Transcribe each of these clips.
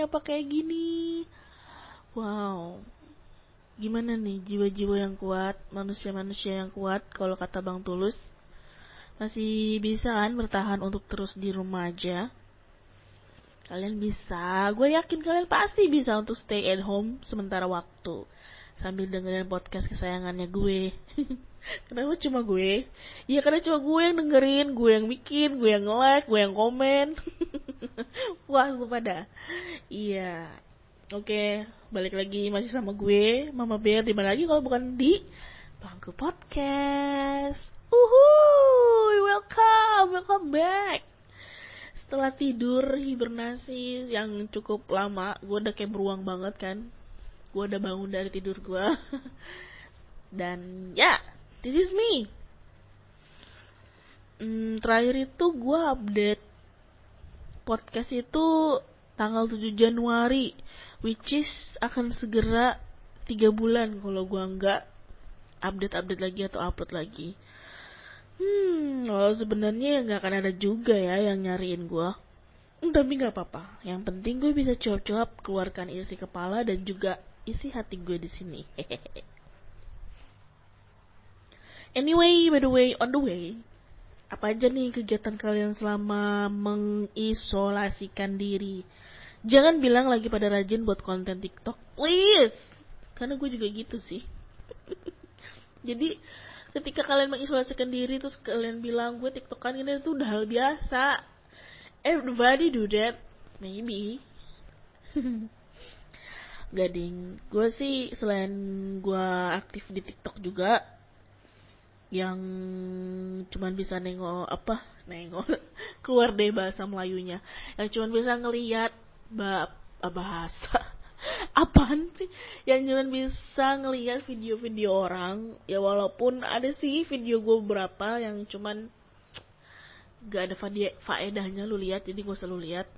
kenapa kayak gini. Wow, gimana nih jiwa-jiwa yang kuat, manusia-manusia yang kuat, kalau kata Bang Tulus, masih bisa kan bertahan untuk terus di rumah aja. Kalian bisa, gue yakin kalian pasti bisa untuk stay at home sementara waktu sambil dengerin podcast kesayangannya gue. Kenapa cuma gue? Ya karena cuma gue yang dengerin, gue yang bikin, gue yang like, gue yang komen. Wah, lu pada. Iya. Oke, balik lagi masih sama gue, Mama Bear, di mana lagi kalau bukan di Bangku Podcast. Welcome back. Setelah tidur hibernasi yang cukup lama, gue udah kayak beruang banget kan. Gue udah bangun dari tidur gue. Dan ya, this is me. Terakhir itu gue update podcast itu tanggal 7 Januari, which is akan segera 3 bulan kalau gue nggak update lagi atau upload lagi. Kalau sebenarnya nggak akan ada juga ya yang nyariin gue. Tapi nggak apa-apa. Yang penting gue bisa cuap-cuap keluarkan isi kepala dan juga isi hati gue di sini. Anyway, by the way, on the way, apa aja nih kegiatan kalian selama mengisolasikan diri? Jangan bilang lagi pada rajin buat konten TikTok, please. Karena gue juga gitu sih. Jadi ketika kalian mengisolasikan diri terus kalian bilang gue TikTokan, ini tuh udah hal biasa. Everybody do that, maybe. Gading, gue sih selain gue aktif di TikTok juga, yang cuman bisa nengok keluar deh bahasa Melayunya, yang cuman bisa ngelihat bahasa apaan sih, yang cuman bisa ngelihat video-video orang. Ya walaupun ada sih video gue beberapa yang cuman gak ada faedahnya lu lihat, jadi gak usah lu lihat.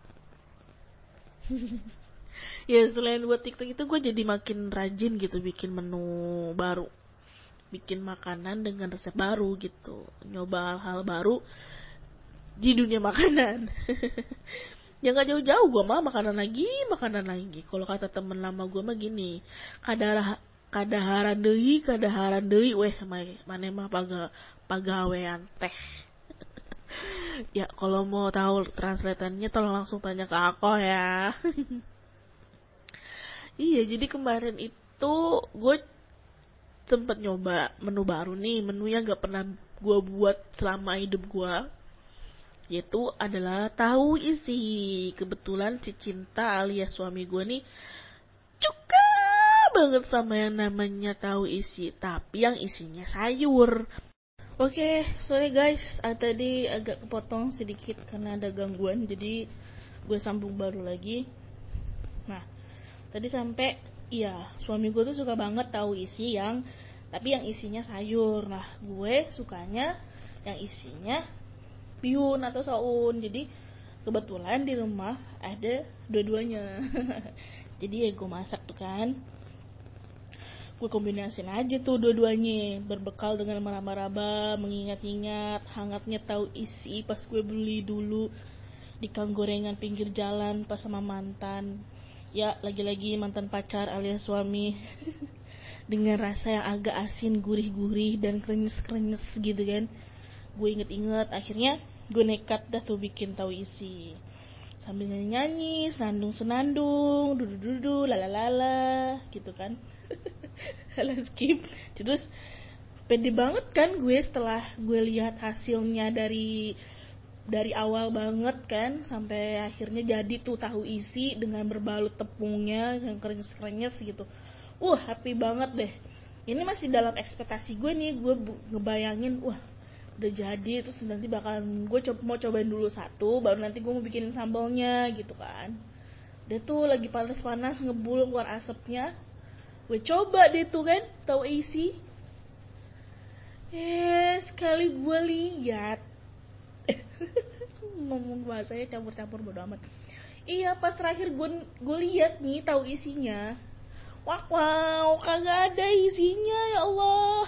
Ya selain buat TikTok itu gue jadi makin rajin gitu bikin menu baru, bikin makanan dengan resep baru gitu, nyoba hal-hal baru di dunia makanan. Ya gak jauh-jauh, gue mah makanan lagi. Kalau kata temen lama gue mah gini, kadaharan deui weh maneh mah pagawean teh. Ya kalau mau tahu translatannya tolong langsung tanya ke aku ya. Iya, jadi kemarin itu gue sempet nyoba menu baru nih, menu yang gak pernah gue buat selama hidup gue, yaitu adalah tahu isi. Kebetulan si Cinta alias suami gue nih suka banget sama yang namanya tahu isi, tapi yang isinya sayur. Oke, sorry guys, tadi agak kepotong sedikit karena ada gangguan, jadi gue sambung baru lagi. Nah, tadi sampai iya, suami gue tuh suka banget tahu isi tapi yang isinya sayur. Nah, gue sukanya yang isinya bihun atau soun. Jadi kebetulan di rumah ada dua-duanya. Jadi ya gue masak tuh kan. Gue kombinasiin aja tuh dua-duanya, berbekal dengan meraba-raba, mengingat-ingat hangatnya tahu isi pas gue beli dulu di kang gorengan pinggir jalan pas sama mantan. Ya, lagi-lagi mantan pacar alias suami. Dengan rasa yang agak asin, gurih-gurih, dan krenyes-krenyes gitu kan. Gue inget-inget, akhirnya gue nekat dah tuh bikin tahu isi. Sambil nyanyi-nyanyi, senandung-senandung, dudu-dudu, lalalala, gitu kan. Halo skip. Terus pede banget kan gue setelah gue lihat hasilnya dari awal banget kan sampai akhirnya jadi tuh tahu isi dengan berbalut tepungnya yang krenyes-krenyes gitu. Happy banget deh. Ini masih dalam ekspektasi gue nih, gue ngebayangin udah jadi, terus nanti bakalan gue mau cobain dulu satu, baru nanti gue mau bikinin sambalnya gitu kan. Dia tuh lagi panas-panas ngebul keluar asapnya, gue coba deh tuh kan tahu isi. Sekali gue lihat ngomong bahasanya campur-campur bodo amat. Iya, pas terakhir gue lihat nih tahu isinya, wow, kagak ada isinya, ya Allah.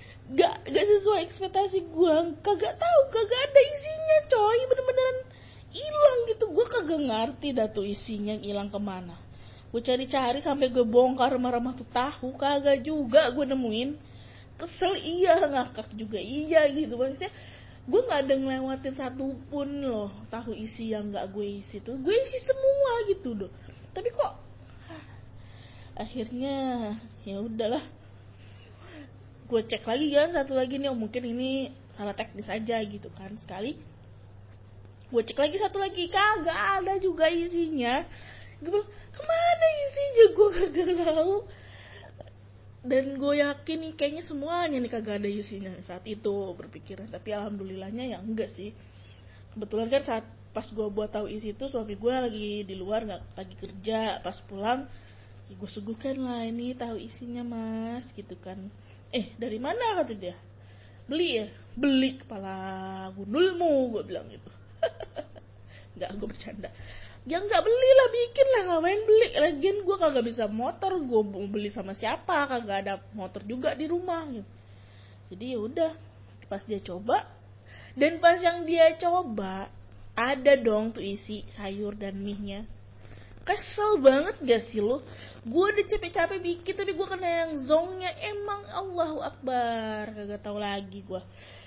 Gak sesuai ekspektasi gue, kagak ada isinya coy, bener-beneran hilang gitu. Gue kagak ngerti dah tuh isinya hilang kemana. Gue cari-cari sampai gue bongkar remah-remah tuh tahu, kagak juga gue nemuin. Kesel iya, ngakak juga iya gitu. Maksudnya gue nggak ada ngelewatin satu pun loh tahu isi yang nggak gue isi tuh. Gue isi semua gitu loh. Tapi kok akhirnya ya udahlah, gue cek lagi kan satu lagi nih, oh mungkin ini salah teknis aja gitu kan. Sekali gue cek lagi satu lagi, kagak ada juga isinya. Gue bilang kemana isinya, gue kagak tahu. Dan gue yakin nih kayaknya semuanya nih kagak ada isinya saat itu berpikiran. Tapi alhamdulillahnya ya enggak sih. Kebetulan kan saat pas gue buat tahu isi itu suami gue lagi di luar, nggak lagi kerja. Pas pulang ya gue suguhkan lah, ini tahu isinya mas gitu kan. Dari mana kata dia? Beli ya? Beli kepala gundulmu, gue bilang gitu. Nggak, gue bercanda. Ya nggak, beli lah, bikin lah, ngapain beli, lagian gue kagak bisa motor, gue mau beli sama siapa, kagak ada motor juga di rumah gitu. Jadi ya udah, pas dia coba, dan pas yang dia coba ada dong tuh isi sayur dan mie-nya. Kesel banget gak sih lo? Gue udah capek-capek bikin tapi gue kena yang zongnya. Emang Allahu Akbar, kagak tahu lagi gue.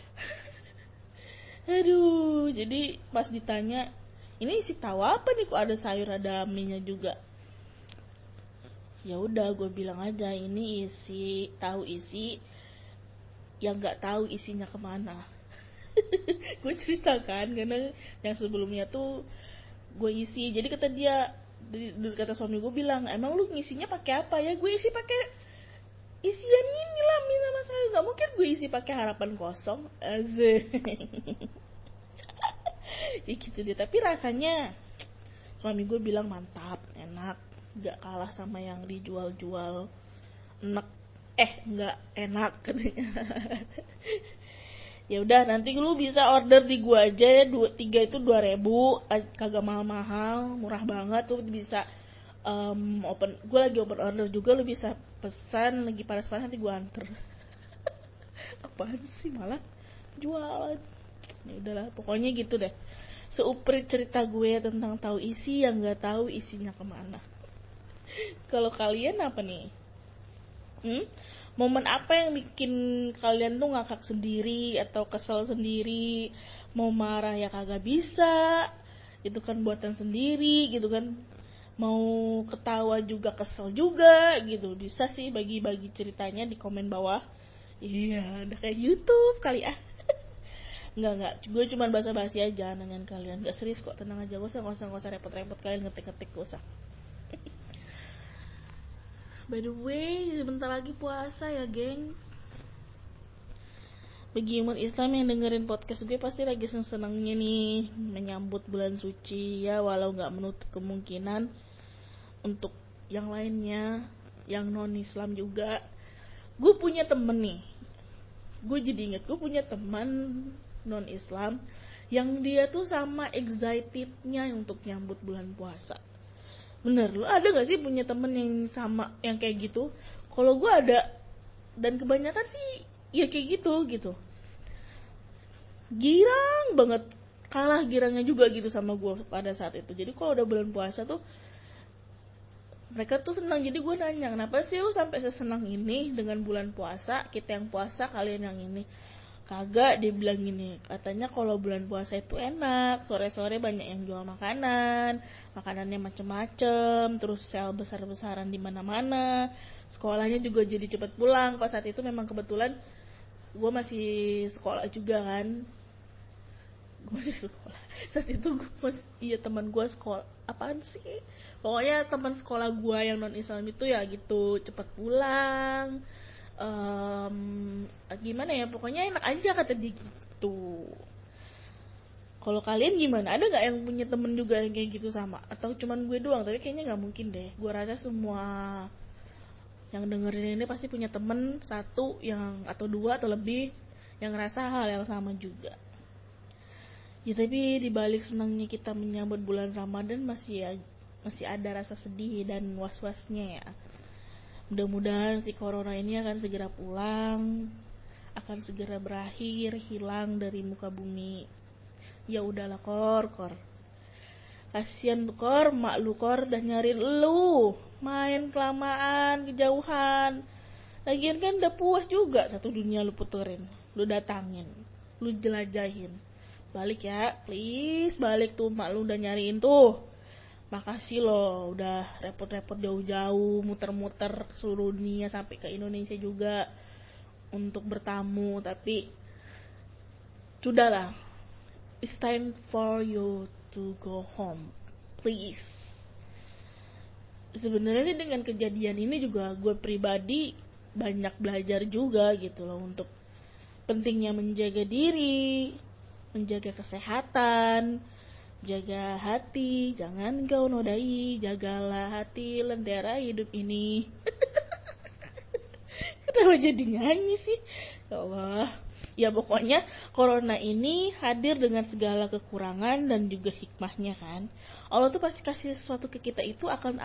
Aduh, jadi pas ditanya, ini isi tahu apa nih, kok ada sayur ada mie-nya juga? Ya udah, gue bilang aja ini isi tahu isi yang nggak tahu isinya kemana. Gue ceritakan karena yang sebelumnya tuh gue isi. Jadi kata dia, kata suami gue bilang, emang lu ngisinya pakai apa ya? Gue isi pakai isian ini lah, mie sama sayur. Nggak mungkin gue isi pakai harapan kosong. Asik. Ya gitu deh. Tapi rasanya suami gue bilang mantap, enak, nggak kalah sama yang dijual-jual. Enak, nggak enak katanya. Ya udah, nanti lu bisa order di gua aja ya, 3 itu 2.000, kagak mahal-mahal, murah banget tuh. Bisa open, gua lagi open order juga, lu bisa pesan, lagi panas-panas nanti gua anter. Apaan sih, malah jualan. Ya udahlah, pokoknya gitu deh. Seuprit cerita gue tentang tahu isi yang nggak tahu isinya kemana. Kalau kalian apa nih? Momen apa yang bikin kalian tuh ngakak sendiri atau kesel sendiri? Mau marah ya kagak bisa, itu kan buatan sendiri gitu kan. Mau ketawa juga kesel juga gitu. Bisa sih bagi-bagi ceritanya di komen bawah. Iya, udah kayak YouTube kali ah. Enggak, gue cuma basa-basi aja nanyain kalian. Gak serius kok, tenang aja, gak usah repot-repot kalian ngetik-ngetik, gak usah. By the way, bentar lagi puasa ya, gengs. Bagi umat Islam yang dengerin podcast gue pasti lagi seneng-senengnya nih menyambut bulan suci ya, walau gak menutup kemungkinan untuk yang lainnya, yang non-Islam juga. Gue punya temen nih, gue jadi inget, gue punya teman non-Islam yang dia tuh sama excitednya untuk nyambut bulan puasa. Bener, lo ada gak sih punya temen yang sama, yang kayak gitu? Kalau gue ada, dan kebanyakan sih ya kayak gitu. Girang banget, kalah girangnya juga gitu sama gue pada saat itu. Jadi kalau udah bulan puasa tuh mereka tuh senang. Jadi gue nanya, kenapa sih lu sampai sesenang ini dengan bulan puasa? Kita yang puasa, kalian yang ini. Kagak, dia bilang gini, katanya kalau bulan puasa itu enak, sore-sore banyak yang jual makanan, makanannya macem-macem, terus sel besar-besaran di mana-mana, sekolahnya juga jadi cepet pulang. Pas saat itu memang kebetulan gue masih sekolah juga kan, saat itu gue masih, teman gue sekolah, apaan sih, pokoknya teman sekolah gue yang non Islam itu ya gitu, cepet pulang. Gimana ya, pokoknya enak aja kata dia gitu. Kalau kalian gimana, ada nggak yang punya temen juga yang kayak gitu sama, atau cuman gue doang? Tapi kayaknya nggak mungkin deh, gue rasa semua yang dengerin ini pasti punya temen satu yang atau dua atau lebih yang ngerasa hal yang sama juga ya. Tapi dibalik senangnya kita menyambut bulan Ramadan masih ada rasa sedih dan was-wasnya ya. Mudah-mudahan si corona ini akan segera pulang, akan segera berakhir, hilang dari muka bumi. Ya udahlah kor. Kasian tuh Kor, mak lu Kor udah nyariin lu, main kelamaan, kejauhan. Lagian kan udah puas juga satu dunia lu puterin, lu datangin, lu jelajahin. Balik ya, please balik tuh, mak lu udah nyariin tuh. Makasih loh udah repot-repot jauh-jauh muter-muter ke seluruh dunia sampai ke Indonesia juga untuk bertamu, tapi sudahlah. It's time for you to go home, please. Sebenarnya sih dengan kejadian ini juga gue pribadi banyak belajar juga gitu loh, untuk pentingnya menjaga diri, menjaga kesehatan, jaga hati, jangan kau nodai, jagalah hati, lentera hidup ini. Kenapa jadi nyanyi sih? Ya Allah. Ya pokoknya corona ini hadir dengan segala kekurangan dan juga hikmahnya kan. Allah tuh pasti kasih sesuatu ke kita itu akan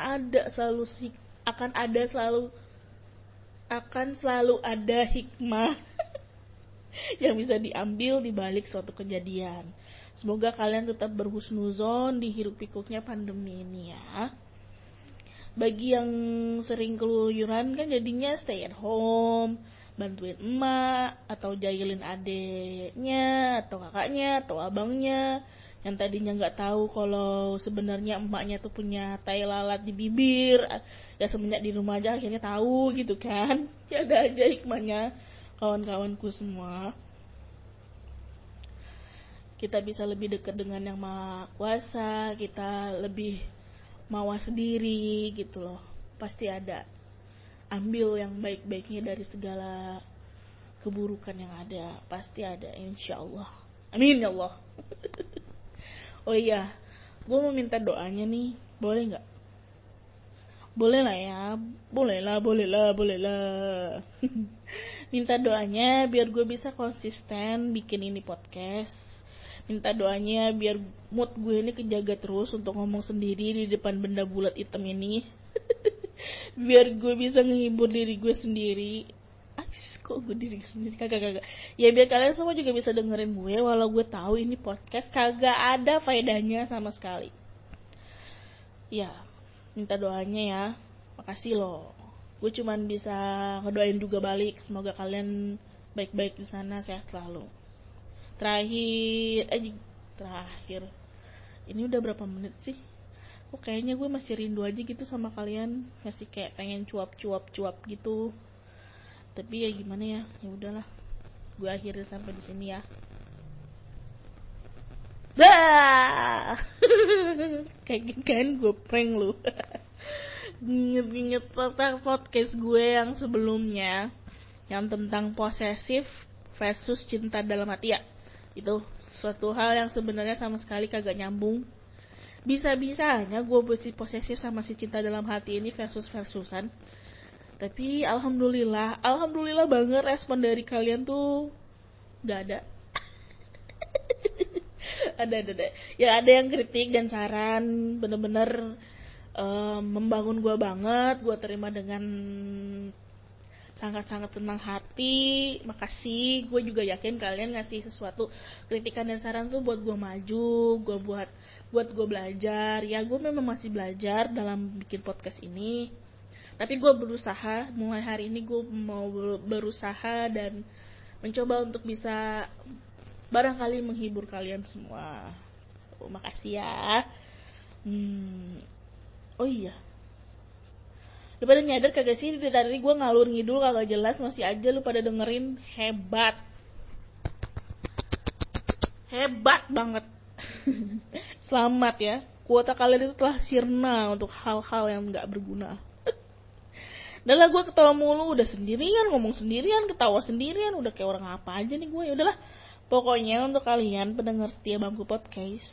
selalu ada hikmah yang bisa diambil di balik suatu kejadian. Semoga kalian tetap berhusnuzon di hiruk pikuknya pandemi ini ya. Bagi yang sering keluyuran kan jadinya stay at home, bantuin emak atau jahilin adeknya atau kakaknya atau abangnya yang tadinya nggak tahu kalau sebenarnya emaknya tuh punya tai lalat di bibir, ya semenjak di rumah aja akhirnya tahu gitu kan. Ya ada aja hikmahnya kawan-kawanku semua. Kita bisa lebih dekat dengan yang maha kuasa, kita lebih mawas diri gitu loh. Pasti ada, ambil yang baik-baiknya dari segala keburukan yang ada, pasti ada insyaallah. Amin ya Allah. Oh iya, gue mau minta doanya nih, boleh nggak? Boleh lah ya, boleh lah. Minta doanya biar gue bisa konsisten bikin ini podcast. Minta doanya biar mood gue ini kejaga terus untuk ngomong sendiri di depan benda bulat hitam ini. Biar gue bisa menghibur diri gue sendiri. Kok gue diri sendiri? Kagak. Ya biar kalian semua juga bisa dengerin gue, walau gue tahu ini podcast kagak ada faedahnya sama sekali. Ya, minta doanya ya. Makasih loh. Gue cuman bisa ngedoain juga balik. Semoga kalian baik-baik di sana, sehat selalu. Terakhir. Ini udah berapa menit sih? Kok kayaknya gue masih rindu aja gitu sama kalian, masih kayak pengen cuap gitu. Tapi ya gimana ya, ya udahlah. Gue akhirin sampai di sini ya. Dah. Kayak kan gue prank lu. Inget-inget podcast gue yang sebelumnya, yang tentang posesif versus cinta dalam hati ya. Itu suatu hal yang sebenarnya sama sekali kagak nyambung. Bisa-bisanya gue bersih posesif sama si cinta dalam hati ini versus-versusan. Tapi alhamdulillah banget respon dari kalian tuh gak ada. ada. Ya ada yang kritik dan saran, bener-bener membangun gue banget. Gue terima dengan sangat-sangat senang hati. Makasih. Gue juga yakin kalian ngasih sesuatu kritikan dan saran tuh buat gue maju, buat gue belajar. Ya gue memang masih belajar dalam bikin podcast ini, tapi gue berusaha. Mulai hari ini gue mau berusaha dan mencoba untuk bisa barangkali menghibur kalian semua. Makasih ya. Oh iya, lu pada nyadar kagak sih dari tadi gue ngalur ngidul kagak jelas, masih aja lu pada dengerin. Hebat banget. Selamat ya, kuota kalian itu telah sirna untuk hal-hal yang gak berguna. Dan lah gue ketawa mulu, udah sendirian, ngomong sendirian, ketawa sendirian, udah kayak orang apa aja nih gue. Ya udahlah, pokoknya untuk kalian pendengar setia Bangku Podcast,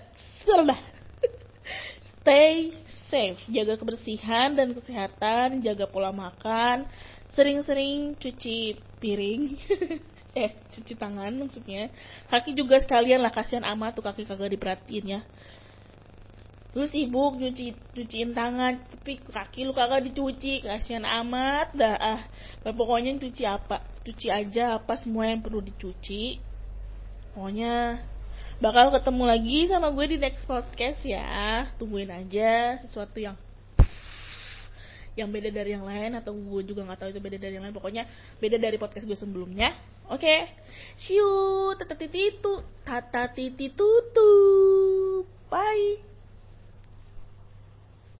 stay safe, jaga kebersihan dan kesehatan, jaga pola makan, sering-sering cuci piring, cuci tangan maksudnya. Kaki juga sekalian lah, kasihan amat tuh kaki kagak diperhatiin ya. Lu sibuk cuciin tangan, tapi kaki lu kagak dicuci, kasihan amat dah. Pokoknya cuci aja apa semua yang perlu dicuci. Pokoknya bakal ketemu lagi sama gue di next podcast ya. Tungguin aja sesuatu yang beda dari yang lain, atau gue juga nggak tahu itu beda dari yang lain, pokoknya beda dari podcast gue sebelumnya. Oke, see you, tata titi tutup, bye.